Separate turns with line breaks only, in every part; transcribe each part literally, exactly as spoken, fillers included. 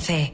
catorce.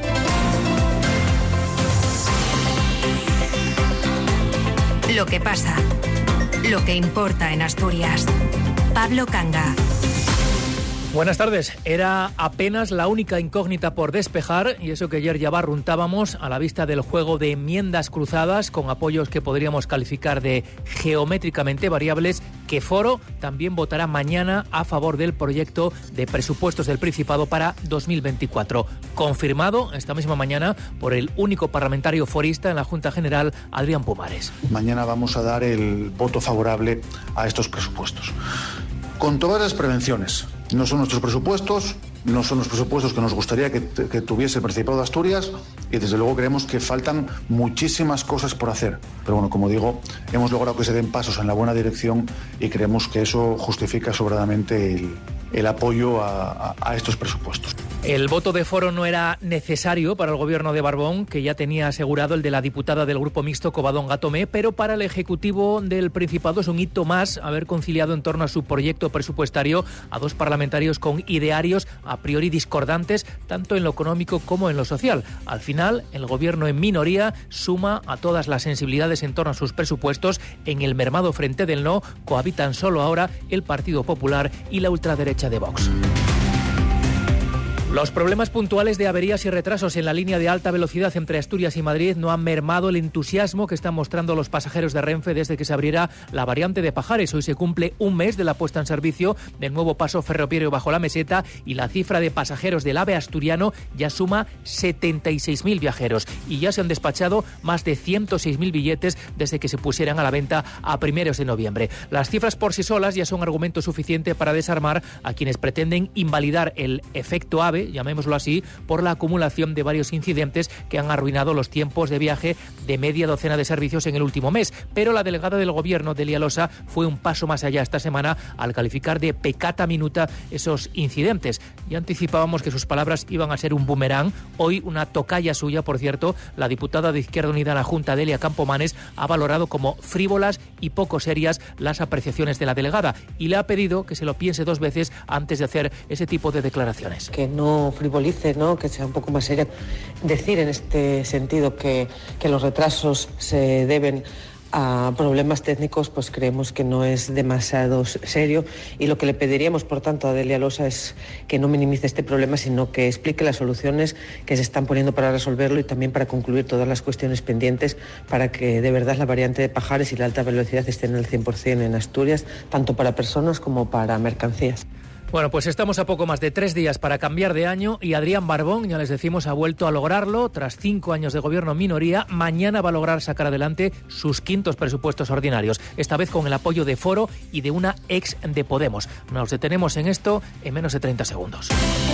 Lo que pasa, lo que importa en Asturias. Pablo Canga.
Buenas tardes. Era apenas la única incógnita por despejar, y eso que ayer ya barruntábamos a la vista del juego de enmiendas cruzadas con apoyos que podríamos calificar de geométricamente variables, que Foro también votará mañana a favor del proyecto de presupuestos del Principado para dos mil veinticuatro, confirmado esta misma mañana por el único parlamentario forista en la Junta General, Adrián Pumares.
Mañana vamos a dar el voto favorable a estos presupuestos, con todas las prevenciones. No son nuestros presupuestos, no son los presupuestos que nos gustaría que, que tuviese el Principado de Asturias, y desde luego creemos que faltan muchísimas cosas por hacer. Pero bueno, como digo, hemos logrado que se den pasos en la buena dirección y creemos que eso justifica sobradamente el, el apoyo a, a, a estos presupuestos.
El voto de Foro no era necesario para el gobierno de Barbón, que ya tenía asegurado el de la diputada del Grupo Mixto, Covadonga Tomé, pero para el Ejecutivo del Principado es un hito más haber conciliado en torno a su proyecto presupuestario a dos parlamentarios con idearios a priori discordantes, tanto en lo económico como en lo social. Al final, el gobierno en minoría suma a todas las sensibilidades en torno a sus presupuestos. En el mermado frente del no cohabitan solo ahora el Partido Popular y la ultraderecha de Vox. Los problemas puntuales de averías y retrasos en la línea de alta velocidad entre Asturias y Madrid no han mermado el entusiasmo que están mostrando los pasajeros de Renfe desde que se abriera la variante de Pajares. Hoy se cumple un mes de la puesta en servicio del nuevo paso ferroviario bajo la meseta y la cifra de pasajeros del AVE asturiano ya suma setenta y seis mil viajeros y ya se han despachado más de ciento seis mil billetes desde que se pusieran a la venta a primeros de noviembre. Las cifras por sí solas ya son argumento suficiente para desarmar a quienes pretenden invalidar el efecto AVE, llamémoslo así, por la acumulación de varios incidentes que han arruinado los tiempos de viaje de media docena de servicios en el último mes. Pero la delegada del Gobierno, Delia Losa, fue un paso más allá esta semana al calificar de peccata minuta esos incidentes. Ya anticipábamos que sus palabras iban a ser un boomerang. Hoy una tocaya suya, por cierto, la diputada de Izquierda Unida en la Junta, Delia Campomanes, ha valorado como frívolas y poco serias las apreciaciones de la delegada y le ha pedido que se lo piense dos veces antes de hacer ese tipo de declaraciones.
Que no frivolice, ¿no? Que sea un poco más seria. Decir en este sentido que, que los retrasos se deben a problemas técnicos, pues creemos que no es demasiado serio, y lo que le pediríamos, por tanto, a Delia Losa es que no minimice este problema, sino que explique las soluciones que se están poniendo para resolverlo y también para concluir todas las cuestiones pendientes para que de verdad la variante de Pajares y la alta velocidad estén al cien por ciento en Asturias, tanto para personas como para mercancías.
Bueno, pues estamos a poco más de tres días para cambiar de año y Adrián Barbón, ya les decimos, ha vuelto a lograrlo. Tras cinco años de gobierno minoría, mañana va a lograr sacar adelante sus quintos presupuestos ordinarios, esta vez con el apoyo de Foro y de una ex de Podemos. Nos detenemos en esto en menos de treinta segundos.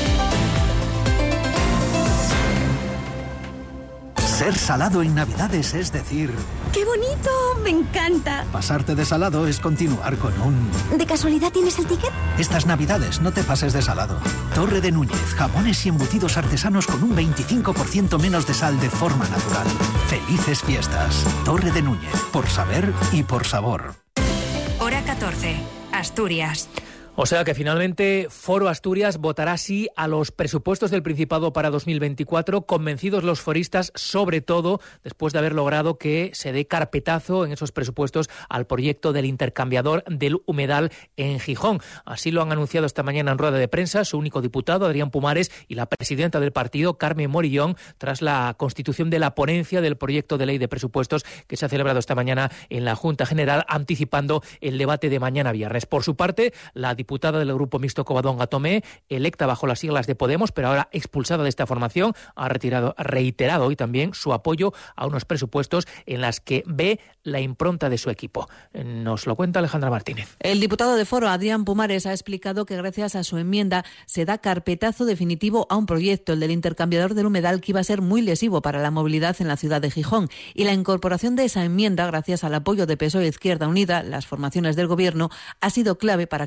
Ser salado en Navidades es decir...
¡Qué bonito! ¡Me encanta!
Pasarte de salado es continuar con un...
¿De casualidad tienes el ticket?
Estas Navidades no te pases de salado. Torre de Núñez, jamones y embutidos artesanos con un veinticinco por ciento menos de sal de forma natural. ¡Felices fiestas! Torre de Núñez, por saber y por sabor.
Hora catorce, Asturias.
O sea que finalmente Foro Asturias votará sí a los presupuestos del Principado para dos mil veinticuatro, convencidos los foristas, sobre todo después de haber logrado que se dé carpetazo en esos presupuestos al proyecto del intercambiador del humedal en Gijón. Así lo han anunciado esta mañana en rueda de prensa su único diputado, Adrián Pumares, y la presidenta del partido, Carmen Morillón, tras la constitución de la ponencia del proyecto de ley de presupuestos que se ha celebrado esta mañana en la Junta General, anticipando el debate de mañana viernes. Por su parte, la diputada diputada del Grupo Mixto Covadonga Tomé, electa bajo las siglas de Podemos, pero ahora expulsada de esta formación, ha retirado, reiterado hoy también su apoyo a unos presupuestos en las que ve la impronta de su equipo. Nos lo cuenta Alejandra Martínez.
El diputado de Foro, Adrián Pumares, ha explicado que gracias a su enmienda se da carpetazo definitivo a un proyecto, el del intercambiador del humedal, que iba a ser muy lesivo para la movilidad en la ciudad de Gijón. Y la incorporación de esa enmienda, gracias al apoyo de P S O E e Izquierda Unida, las formaciones del Gobierno, ha sido clave para que Foro apoye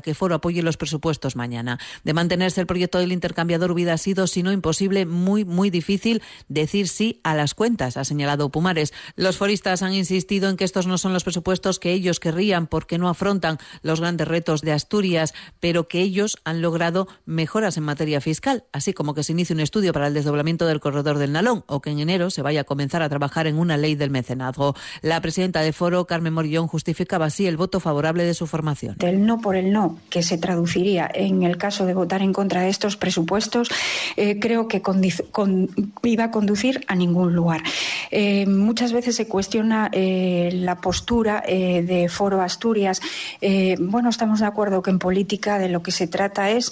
apoye los presupuestos mañana. De mantenerse el proyecto del intercambiador hubiera sido, si no imposible, muy, muy difícil decir sí a las cuentas, ha señalado Pumares. Los foristas han insistido en que estos no son los presupuestos que ellos querrían porque no afrontan los grandes retos de Asturias, pero que ellos han logrado mejoras en materia fiscal, así como que se inicie un estudio para el desdoblamiento del corredor del Nalón o que en enero se vaya a comenzar a trabajar en una ley del mecenazgo. La presidenta de Foro, Carmen Morillón, justificaba así el voto favorable de su formación.
El no por el no, que se traduciría en el caso de votar en contra de estos presupuestos, eh, creo que condic- con, iba a conducir a ningún lugar. Eh, muchas veces se cuestiona eh, la postura eh, de Foro Asturias. Eh, bueno, estamos de acuerdo que en política de lo que se trata es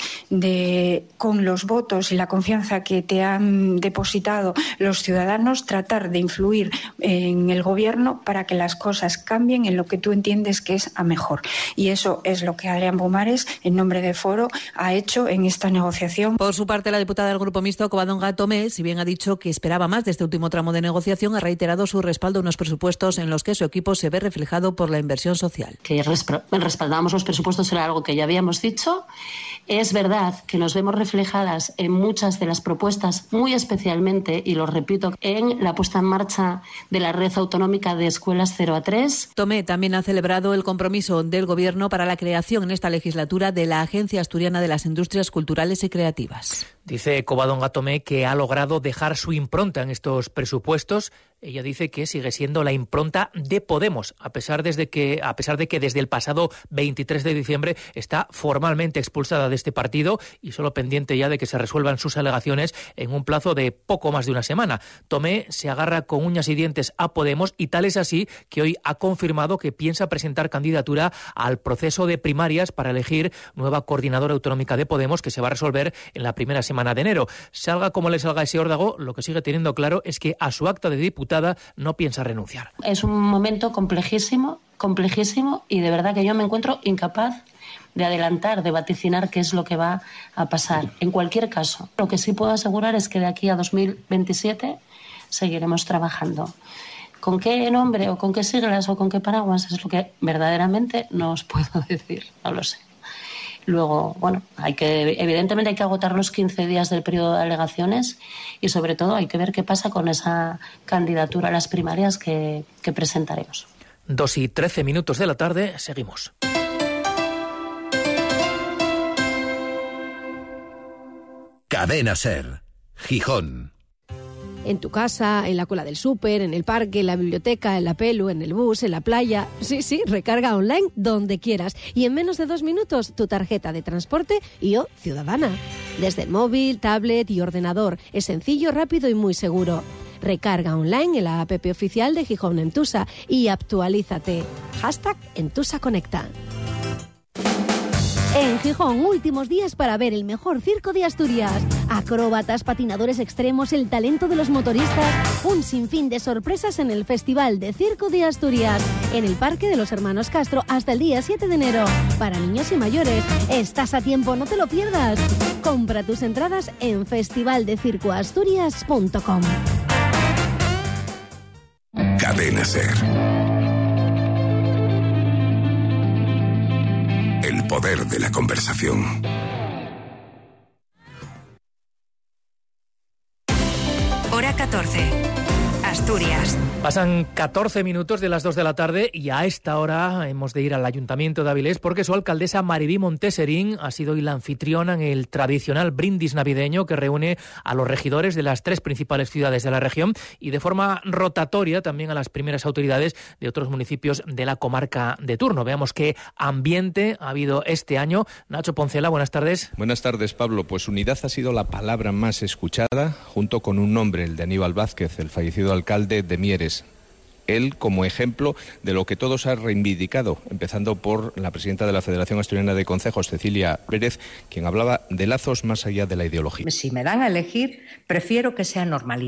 de, con los votos y la confianza que te han depositado los ciudadanos, tratar de influir en el gobierno para que las cosas cambien en lo que tú entiendes que es a mejor. Y eso es lo que Adrián Pumares, en nombre de Foro, ha hecho en esta negociación.
Por su parte, la diputada del Grupo Mixto, Covadonga Tomé, si bien ha dicho que esperaba más de este último tramo de negociación, ha reiterado su respaldo a unos presupuestos en los que su equipo se ve reflejado por la inversión social.
Que respaldamos los presupuestos era algo que ya habíamos dicho. Es verdad que nos vemos reflejadas en muchas de las propuestas, muy especialmente, y lo repito, en la puesta en marcha de la red autonómica de escuelas cero a tres.
Tomé también ha celebrado el compromiso del Gobierno para la creación en esta legislatura de la Agencia Asturiana de las Industrias Culturales y Creativas.
Dice Covadonga Tomé que ha logrado dejar su impronta en estos presupuestos. Ella dice que sigue siendo la impronta de Podemos, a pesar, desde que, a pesar de que desde el pasado veintitrés de diciembre está formalmente expulsada de este partido y solo pendiente ya de que se resuelvan sus alegaciones en un plazo de poco más de una semana. Tomé se agarra con uñas y dientes a Podemos y tal es así que hoy ha confirmado que piensa presentar candidatura al proceso de primarias para elegir nueva coordinadora autonómica de Podemos, que se va a resolver en la primera semana de enero. Salga como le salga ese órdago, lo que sigue teniendo claro es que a su acta de diputado no piensa renunciar.
Es un momento complejísimo, complejísimo y de verdad que yo me encuentro incapaz de adelantar, de vaticinar qué es lo que va a pasar. En cualquier caso, lo que sí puedo asegurar es que de aquí a dos mil veintisiete seguiremos trabajando. ¿Con qué nombre o con qué siglas o con qué paraguas? Es lo que verdaderamente no os puedo decir, no lo sé. Luego, bueno, hay que, evidentemente hay que agotar los quince días del periodo de alegaciones y sobre todo hay que ver qué pasa con esa candidatura a las primarias que, que presentaremos.
Dos y trece minutos de la tarde, seguimos.
Cadena SER, Gijón.
En tu casa, en la cola del súper, en el parque, en la biblioteca, en la pelu, en el bus, en la playa. Sí, sí, recarga online donde quieras. Y en menos de dos minutos, tu tarjeta de transporte y o ciudadana. Desde el móvil, tablet y ordenador. Es sencillo, rápido y muy seguro. Recarga online en la app oficial de Gijón Entusa y actualízate. Hashtag Entusa Conecta. En Gijón, últimos días para ver el mejor circo de Asturias. Acróbatas, patinadores extremos, el talento de los motoristas. Un sinfín de sorpresas en el Festival de Circo de Asturias. En el Parque de los Hermanos Castro hasta el día siete de enero. Para niños y mayores. Estás a tiempo, no te lo pierdas. Compra tus entradas en festival de circo asturias punto com.
Cadena SER. El poder de la conversación.
Hora catorce. Asturias.
Pasan catorce minutos de las dos de la tarde y a esta hora hemos de ir al Ayuntamiento de Avilés porque su alcaldesa Maribí Monteserín ha sido hoy la anfitriona en el tradicional brindis navideño que reúne a los regidores de las tres principales ciudades de la región y de forma rotatoria también a las primeras autoridades de otros municipios de la comarca de turno. Veamos qué ambiente ha habido este año. Nacho Poncela, buenas tardes.
Buenas tardes, Pablo. Pues unidad ha sido la palabra más escuchada, junto con un nombre, el de Aníbal Vázquez, el fallecido alcalde de Mieres. Él como ejemplo de lo que todos han reivindicado, empezando por la presidenta de la Federación Asturiana de Concejos, Cecilia Pérez, quien hablaba de lazos más allá de la ideología.
Si me dan a elegir, prefiero que sea normalita.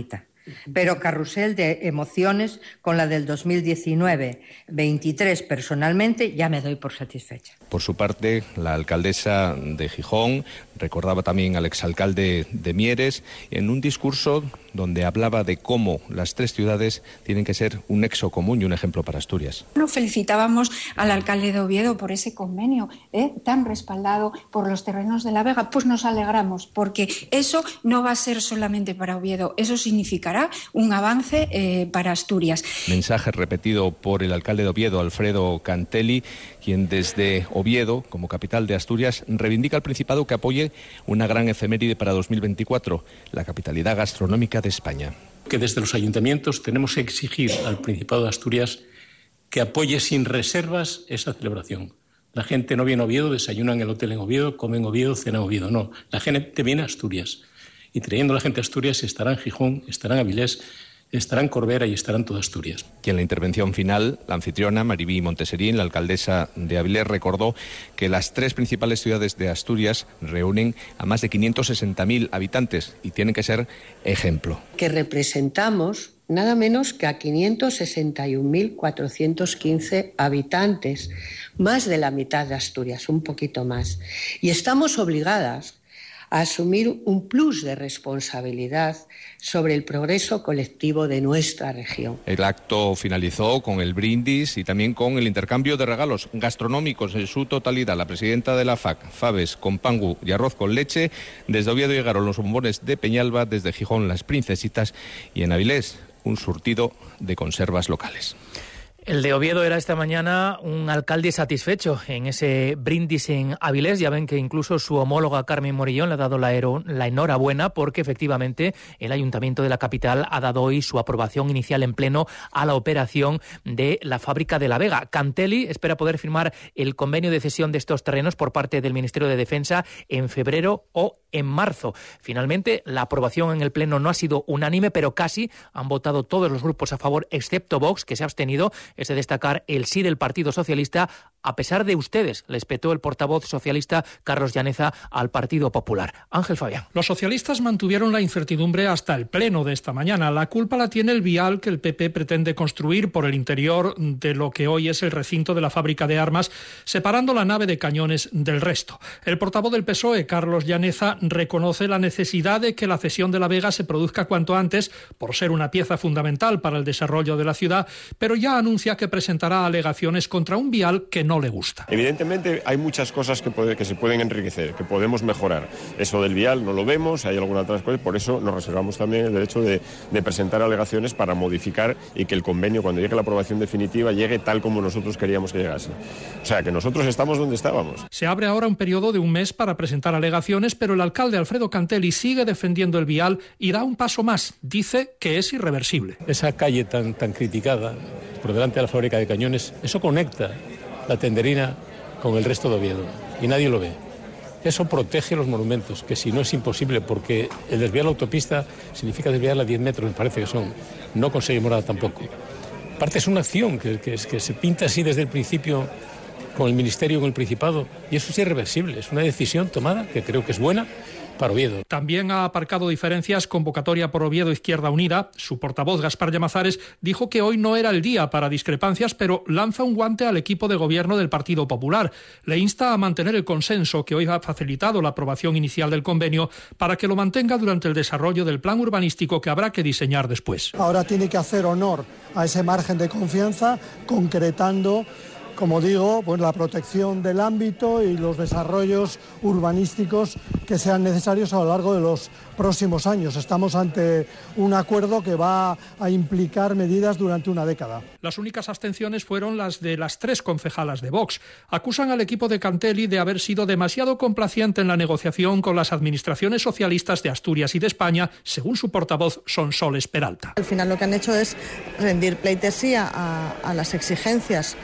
pero carrusel de emociones con la del dos mil diecinueve veintitrés personalmente ya me doy por satisfecha.
Por su parte, la alcaldesa de Gijón recordaba también al exalcalde de Mieres en un discurso donde hablaba de cómo las tres ciudades tienen que ser un nexo común y un ejemplo para Asturias.
Bueno, felicitábamos al alcalde de Oviedo por ese convenio ¿eh? tan respaldado por los terrenos de la Vega. Pues nos alegramos, porque eso no va a ser solamente para Oviedo, eso significará un avance eh, para Asturias.
Mensaje repetido por el alcalde de Oviedo, Alfredo Cantelli, quien desde Oviedo, como capital de Asturias, reivindica al Principado que apoye una gran efeméride para dos mil veinticuatro, la capitalidad gastronómica de España.
Que desde los ayuntamientos tenemos que exigir al Principado de Asturias que apoye sin reservas esa celebración. La gente no viene a Oviedo, desayuna en el hotel en Oviedo, come en Oviedo, cena en Oviedo. No, la gente viene a Asturias. Y trayendo a la gente a Asturias estará en Gijón, estará en Avilés, estará en Corbera y estará en toda Asturias.
Y en la intervención final, la anfitriona Maribí Monteserín, la alcaldesa de Avilés, recordó que las tres principales ciudades de Asturias reúnen a más de quinientos sesenta mil habitantes y tienen que ser ejemplo.
Que representamos nada menos que a quinientos sesenta y un mil cuatrocientos quince habitantes, más de la mitad de Asturias, un poquito más. Y estamos obligadas a asumir un plus de responsabilidad sobre el progreso colectivo de nuestra región.
El acto finalizó con el brindis y también con el intercambio de regalos gastronómicos en su totalidad. La presidenta de la F A C, faves con pangu y arroz con leche. Desde Oviedo llegaron los bombones de Peñalba, desde Gijón las princesitas y en Avilés un surtido de conservas locales.
El de Oviedo era esta mañana un alcalde satisfecho en ese brindis en Avilés. Ya ven que incluso su homóloga Carmen Morillón le ha dado la, la enhorabuena porque efectivamente el Ayuntamiento de la capital ha dado hoy su aprobación inicial en pleno a la operación de la fábrica de La Vega. Cantelli espera poder firmar el convenio de cesión de estos terrenos por parte del Ministerio de Defensa en febrero o en marzo. Finalmente, la aprobación en el pleno no ha sido unánime, pero casi han votado todos los grupos a favor, excepto Vox, que se ha abstenido. Es de destacar el sí del Partido Socialista, a pesar de ustedes, le espetó el portavoz socialista Carlos Llaneza al Partido Popular. Ángel Fabián.
Los socialistas mantuvieron la incertidumbre hasta el pleno de esta mañana. La culpa la tiene el vial que el P P pretende construir por el interior de lo que hoy es el recinto de la fábrica de armas, separando la nave de cañones del resto. El portavoz del P S O E, Carlos Llaneza, reconoce la necesidad de que la cesión de La Vega se produzca cuanto antes, por ser una pieza fundamental para el desarrollo de la ciudad, pero ya anuncia que presentará alegaciones contra un vial que no le gusta.
Evidentemente hay muchas cosas que, puede, que se pueden enriquecer, que podemos mejorar. Eso del vial no lo vemos, hay algunas otras cosas, por eso nos reservamos también el derecho de, de presentar alegaciones para modificar y que el convenio, cuando llegue la aprobación definitiva, llegue tal como nosotros queríamos que llegase. O sea, que nosotros estamos donde estábamos.
Se abre ahora un periodo de un mes para presentar alegaciones, pero el alcalde Alfredo Cantelli sigue defendiendo el vial y da un paso más. Dice que es irreversible.
Esa calle tan, tan criticada por delante de la fábrica de cañones, eso conecta la Tenderina con el resto de Oviedo y nadie lo ve. Eso protege los monumentos, que si no es imposible, porque el desviar la autopista significa desviarla a diez metros, me parece que son. No conseguimos nada tampoco. Aparte es una acción que, que, que se pinta así desde el principio con el Ministerio, con el Principado, y eso es irreversible. Es una decisión tomada que creo que es buena para Oviedo.
También ha aparcado diferencias convocatoria por Oviedo Izquierda Unida. Su portavoz, Gaspar Llamazares, dijo que hoy no era el día para discrepancias, pero lanza un guante al equipo de gobierno del Partido Popular. Le insta a mantener el consenso que hoy ha facilitado la aprobación inicial del convenio para que lo mantenga durante el desarrollo del plan urbanístico que habrá que diseñar después.
Ahora tiene que hacer honor a ese margen de confianza, concretando, como digo, pues la protección del ámbito y los desarrollos urbanísticos que sean necesarios a lo largo de los próximos años. Estamos ante un acuerdo que va a implicar medidas durante una década.
Las únicas abstenciones fueron las de las tres concejalas de Vox. Acusan al equipo de Cantelli de haber sido demasiado complaciente en la negociación con las administraciones socialistas de Asturias y de España, según su portavoz Sonsoles Peralta.
Al final lo que han hecho es rendir pleitesía a, a las exigencias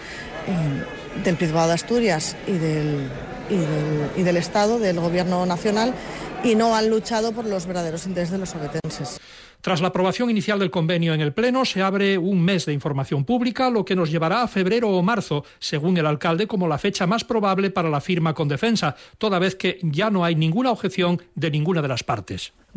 del Principado de Asturias y del, y, del, y del Estado, del Gobierno nacional, y no han luchado por los verdaderos intereses de los ovetenses.
Tras la aprobación inicial del convenio en el Pleno, se abre un mes de información pública, lo que nos llevará a febrero o marzo, según el alcalde, como la fecha más probable para la firma con Defensa, toda vez que ya no hay ninguna objeción de ninguna de las partes.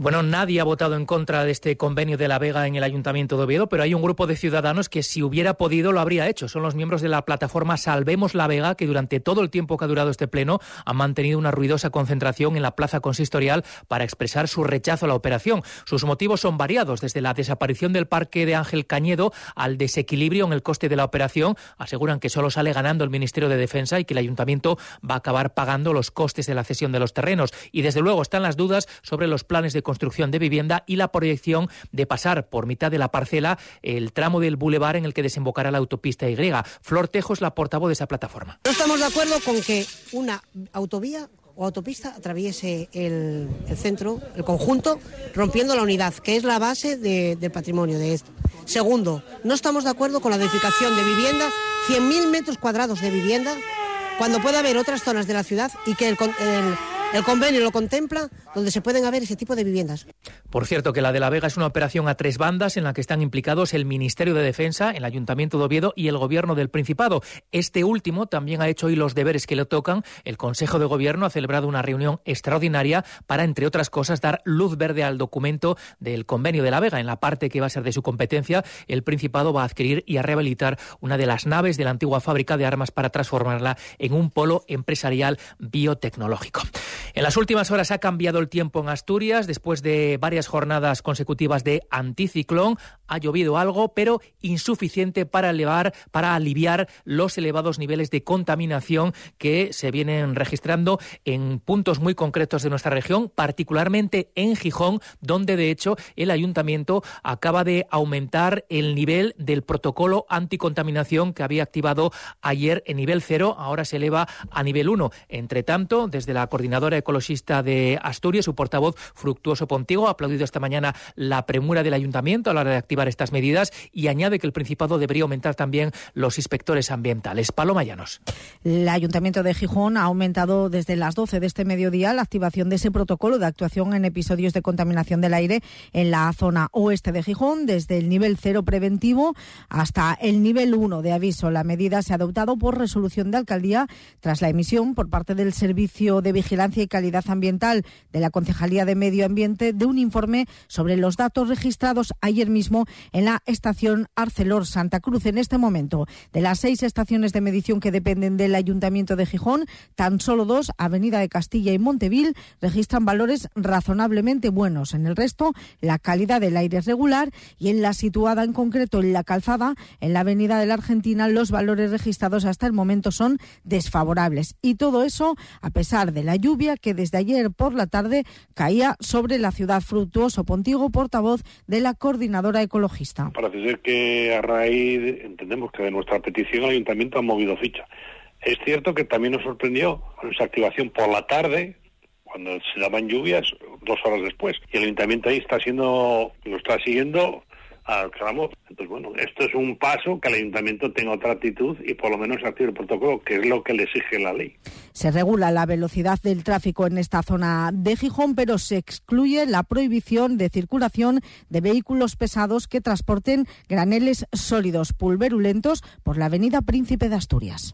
Bueno, nadie ha votado en contra de este convenio de La Vega en el Ayuntamiento de Oviedo, pero hay un grupo de ciudadanos que si hubiera podido lo habría hecho. Son los miembros de la plataforma Salvemos La Vega, que durante todo el tiempo que ha durado este pleno han mantenido una ruidosa concentración en la plaza consistorial para expresar su rechazo a la operación. Sus motivos son variados, desde la desaparición del parque de Ángel Cañedo al desequilibrio en el coste de la operación. Aseguran que solo sale ganando el Ministerio de Defensa y que el Ayuntamiento va a acabar pagando los costes de la cesión de los terrenos. Y desde luego están las dudas sobre los planes de construcción de vivienda y la proyección de pasar por mitad de la parcela el tramo del bulevar en el que desembocará la autopista Y. Flor Tejo es la portavoz de esa plataforma.
No estamos de acuerdo con que una autovía o autopista atraviese el, el centro, el conjunto, rompiendo la unidad, que es la base de, del patrimonio de esto. Segundo, no estamos de acuerdo con la edificación de vivienda, cien mil metros cuadrados de vivienda, cuando puede haber otras zonas de la ciudad y que el, el El convenio lo contempla, donde se pueden haber ese tipo de viviendas.
Por cierto, que la de La Vega es una operación a tres bandas en la que están implicados el Ministerio de Defensa, el Ayuntamiento de Oviedo y el Gobierno del Principado. Este último también ha hecho hoy los deberes que le tocan. El Consejo de Gobierno ha celebrado una reunión extraordinaria para, entre otras cosas, dar luz verde al documento del convenio de La Vega. En la parte que va a ser de su competencia, el Principado va a adquirir y a rehabilitar una de las naves de la antigua fábrica de armas para transformarla en un polo empresarial biotecnológico. En las últimas horas ha cambiado el tiempo en Asturias. Después de varias jornadas consecutivas de anticiclón, ha llovido algo, pero insuficiente para elevar, para aliviar los elevados niveles de contaminación que se vienen registrando en puntos muy concretos de nuestra región, particularmente en Gijón, donde de hecho el Ayuntamiento acaba de aumentar el nivel del protocolo anticontaminación que había activado ayer en nivel cero, ahora se eleva a nivel uno. Entre tanto, desde la coordinadora ecologista de Asturias, su portavoz Fructuoso Pontigo ha aplaudido esta mañana la premura del Ayuntamiento a la hora de activar estas medidas y añade que el Principado debería aumentar también los inspectores ambientales. Paloma Llanos.
El Ayuntamiento de Gijón ha aumentado desde las doce de este mediodía la activación de ese protocolo de actuación en episodios de contaminación del aire en la zona oeste de Gijón, desde el nivel cero preventivo hasta el nivel uno de aviso. La medida se ha adoptado por resolución de alcaldía tras la emisión por parte del Servicio de Vigilancia y Calidad Ambiental de la Concejalía de Medio Ambiente de un informe sobre los datos registrados ayer mismo en la estación Arcelor Santa Cruz. En este momento, de las seis estaciones de medición que dependen del Ayuntamiento de Gijón, tan solo dos, Avenida de Castilla y Montevil, registran valores razonablemente buenos. En el resto, la calidad del aire es regular y en la situada en concreto en la Calzada, en la Avenida de la Argentina, los valores registrados hasta el momento son desfavorables. Y todo eso a pesar de la lluvia que desde ayer por la tarde caía sobre la ciudad. Fructuoso Pontigo, portavoz de la coordinadora ecologista.
Parece ser que a raíz, entendemos que de nuestra petición, el Ayuntamiento ha movido ficha. Es cierto que también nos sorprendió esa activación por la tarde, cuando se daban lluvias, dos horas después. Y el Ayuntamiento ahí está siendo, lo está siguiendo al clamor. Entonces, bueno, esto es un paso que el Ayuntamiento tenga otra actitud y por lo menos active el protocolo, que es lo que le exige la ley.
Se regula la velocidad del tráfico en esta zona de Gijón, pero se excluye la prohibición de circulación de vehículos pesados que transporten graneles sólidos pulverulentos por la avenida Príncipe de Asturias.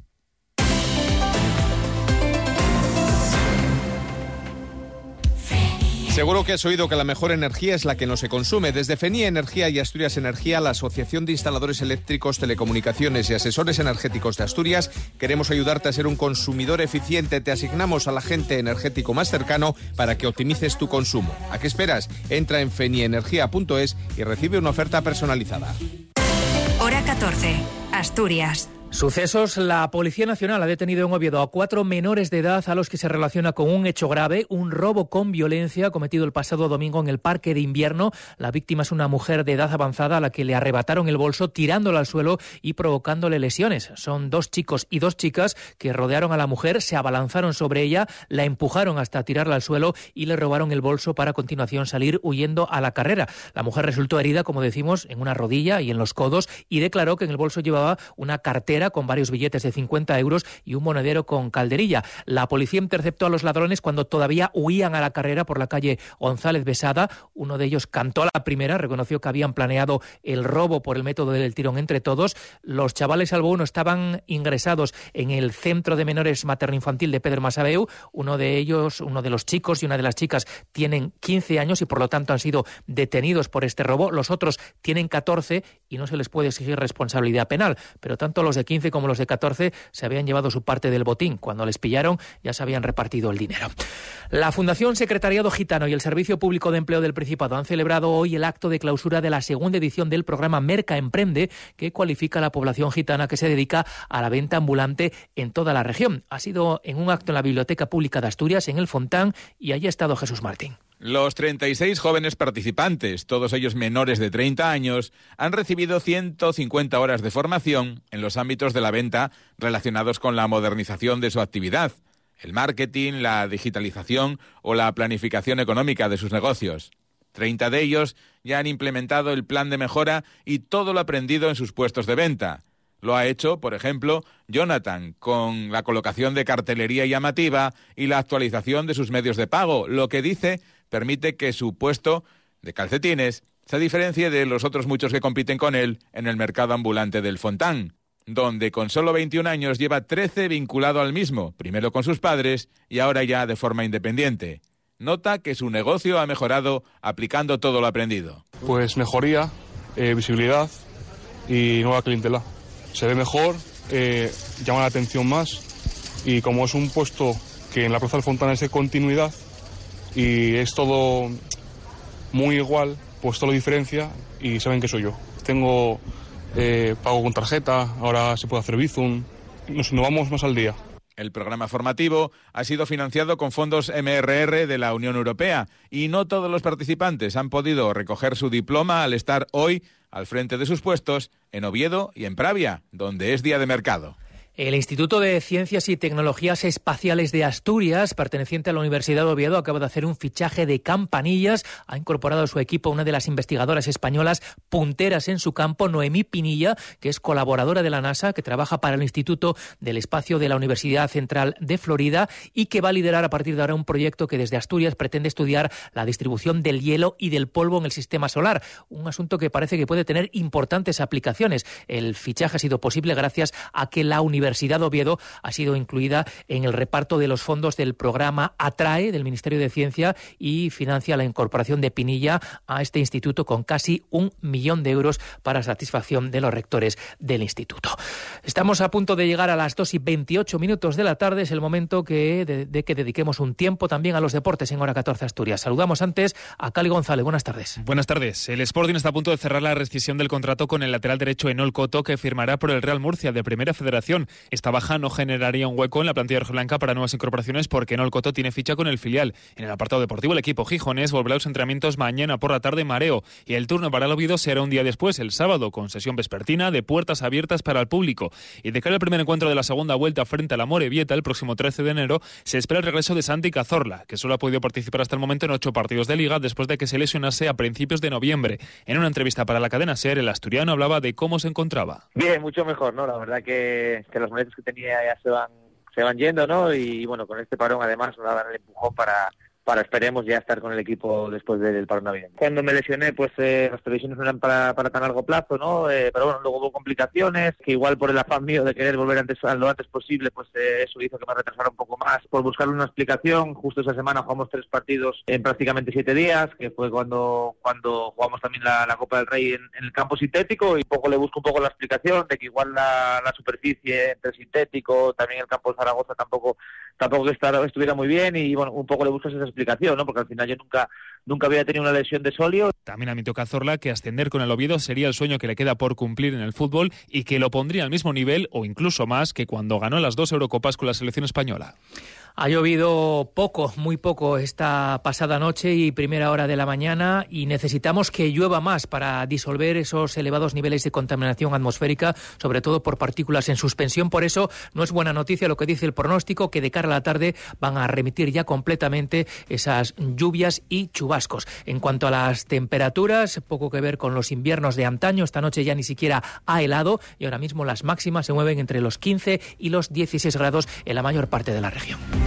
Seguro que has oído que la mejor energía es la que no se consume. Desde Fenia Energía y Asturias Energía, la Asociación de Instaladores Eléctricos, Telecomunicaciones y Asesores Energéticos de Asturias, queremos ayudarte a ser un consumidor eficiente. Te asignamos al agente energético más cercano para que optimices tu consumo. ¿A qué esperas? Entra en feniaenergia punto es y recibe una oferta personalizada.
Hora catorce, Asturias.
Sucesos. La Policía Nacional ha detenido en Oviedo a cuatro menores de edad a los que se relaciona con un hecho grave, un robo con violencia cometido el pasado domingo en el Parque de Invierno. La víctima es una mujer de edad avanzada a la que le arrebataron el bolso tirándola al suelo y provocándole lesiones. Son dos chicos y dos chicas que rodearon a la mujer, se abalanzaron sobre ella, la empujaron hasta tirarla al suelo y le robaron el bolso para a continuación salir huyendo a la carrera. La mujer resultó herida, como decimos, en una rodilla y en los codos y declaró que en el bolso llevaba una cartera cartera con varios billetes de cincuenta euros y un monedero con calderilla. La policía interceptó a los ladrones cuando todavía huían a la carrera por la calle González Besada. Uno de ellos cantó a la primera, reconoció que habían planeado el robo por el método del tirón entre todos. Los chavales, salvo uno, estaban ingresados en el Centro de Menores Materno-Infantil de Pedro Masabeu. Uno de ellos, uno de los chicos y una de las chicas tienen quince años y por lo tanto han sido detenidos por este robo. Los otros tienen catorce y no se les puede exigir responsabilidad penal, pero tanto los de quince como los de catorce se habían llevado su parte del botín. Cuando les pillaron ya se habían repartido el dinero. La Fundación Secretariado Gitano y el Servicio Público de Empleo del Principado han celebrado hoy el acto de clausura de la segunda edición del programa Merca Emprende, que cualifica a la población gitana que se dedica a la venta ambulante en toda la región. Ha sido en un acto en la Biblioteca Pública de Asturias, en el Fontán, y allí ha estado Jesús Martín.
Los treinta y seis jóvenes participantes, todos ellos menores de treinta años, han recibido ciento cincuenta horas de formación en los ámbitos de la venta relacionados con la modernización de su actividad, el marketing, la digitalización o la planificación económica de sus negocios. treinta de ellos ya han implementado el plan de mejora y todo lo aprendido en sus puestos de venta. Lo ha hecho, por ejemplo, Jonathan, con la colocación de cartelería llamativa y la actualización de sus medios de pago, lo que dice permite que su puesto de calcetines se diferencie de los otros muchos que compiten con él en el mercado ambulante del Fontán, donde con solo veintiún años lleva trece vinculado al mismo, primero con sus padres y ahora ya de forma independiente. Nota que su negocio ha mejorado aplicando todo lo aprendido.
Pues mejoría, eh, visibilidad y nueva clientela. Se ve mejor, eh, llama la atención más y como es un puesto que en la Plaza del Fontán es de continuidad y es todo muy igual, pues todo lo diferencia y saben que soy yo. Tengo eh, pago con tarjeta, ahora se puede hacer Bizum, nos, nos vamos más al día.
El programa formativo ha sido financiado con fondos eme erre erre de la Unión Europea y no todos los participantes han podido recoger su diploma al estar hoy al frente de sus puestos en Oviedo y en Pravia, donde es día de mercado.
El Instituto de Ciencias y Tecnologías Espaciales de Asturias, perteneciente a la Universidad de Oviedo, acaba de hacer un fichaje de campanillas. Ha incorporado a su equipo a una de las investigadoras españolas punteras en su campo, Noemí Pinilla, que es colaboradora de la NASA, que trabaja para el Instituto del Espacio de la Universidad Central de Florida y que va a liderar a partir de ahora un proyecto que desde Asturias pretende estudiar la distribución del hielo y del polvo en el sistema solar. Un asunto que parece que puede tener importantes aplicaciones. El fichaje ha sido posible gracias a que la Universidad La Universidad de Oviedo ha sido incluida en el reparto de los fondos del programa ATRAE del Ministerio de Ciencia y financia la incorporación de Pinilla a este instituto con casi un millón de euros para satisfacción de los rectores del instituto. Estamos a punto de llegar a las dos y veintiocho minutos de la tarde. Es el momento que, de, de que dediquemos un tiempo también a los deportes en Hora catorce Asturias. Saludamos antes a Cali González. Buenas tardes.
Buenas tardes. El Sporting está a punto de cerrar la rescisión del contrato con el lateral derecho Enol Coto, que firmará por el Real Murcia de Primera Federación. Esta baja no generaría un hueco en la plantilla rojiblanca para nuevas incorporaciones porque Enol Coto tiene ficha con el filial. En el apartado deportivo, el equipo gijonés volverá a los entrenamientos mañana por la tarde en Mareo y el turno para el Oviedo será un día después, el sábado, con sesión vespertina de puertas abiertas para el público. Y de cara al primer encuentro de la segunda vuelta frente a la Morevieta el próximo trece de enero, se espera el regreso de Santi Cazorla, que solo ha podido participar hasta el momento en ocho partidos de Liga después de que se lesionase a principios de noviembre. En una entrevista para la cadena SER, el asturiano hablaba de cómo se encontraba.
Bien, mucho mejor, ¿no? La verdad que, que los momentos que tenía ya se van se van yendo, ¿no? Y bueno, con este parón además nos va a dar el empujón para para esperemos ya estar con el equipo después del parón navideño. Cuando me lesioné, pues eh, las previsiones no eran para, para tan largo plazo, ¿no? Eh, pero bueno, luego hubo complicaciones, que igual por el afán mío de querer volver antes lo antes posible, pues eh, eso hizo que me retrasara un poco más. Por buscarle una explicación, justo esa semana jugamos tres partidos en prácticamente siete días, que fue cuando cuando jugamos también la, la Copa del Rey en, en el campo sintético, y poco le busco un poco la explicación de que igual la, la superficie entre sintético, también el campo de Zaragoza tampoco tampoco que estar, estuviera muy bien, y bueno, un poco le buscas esa explicación, ¿no? Porque al final yo nunca nunca había tenido una lesión de solio.
También admitió Cazorla que ascender con el Oviedo sería el sueño que le queda por cumplir en el fútbol y que lo pondría al mismo nivel o incluso más que cuando ganó las dos Eurocopas con la selección española.
Ha llovido poco, muy poco esta pasada noche y primera hora de la mañana y necesitamos que llueva más para disolver esos elevados niveles de contaminación atmosférica, sobre todo por partículas en suspensión. Por eso no es buena noticia lo que dice el pronóstico, que de cara a la tarde van a remitir ya completamente esas lluvias y chubascos. En cuanto a las temperaturas, poco que ver con los inviernos de antaño. Esta noche ya ni siquiera ha helado y ahora mismo las máximas se mueven entre los quince y los dieciséis grados en la mayor parte de la región.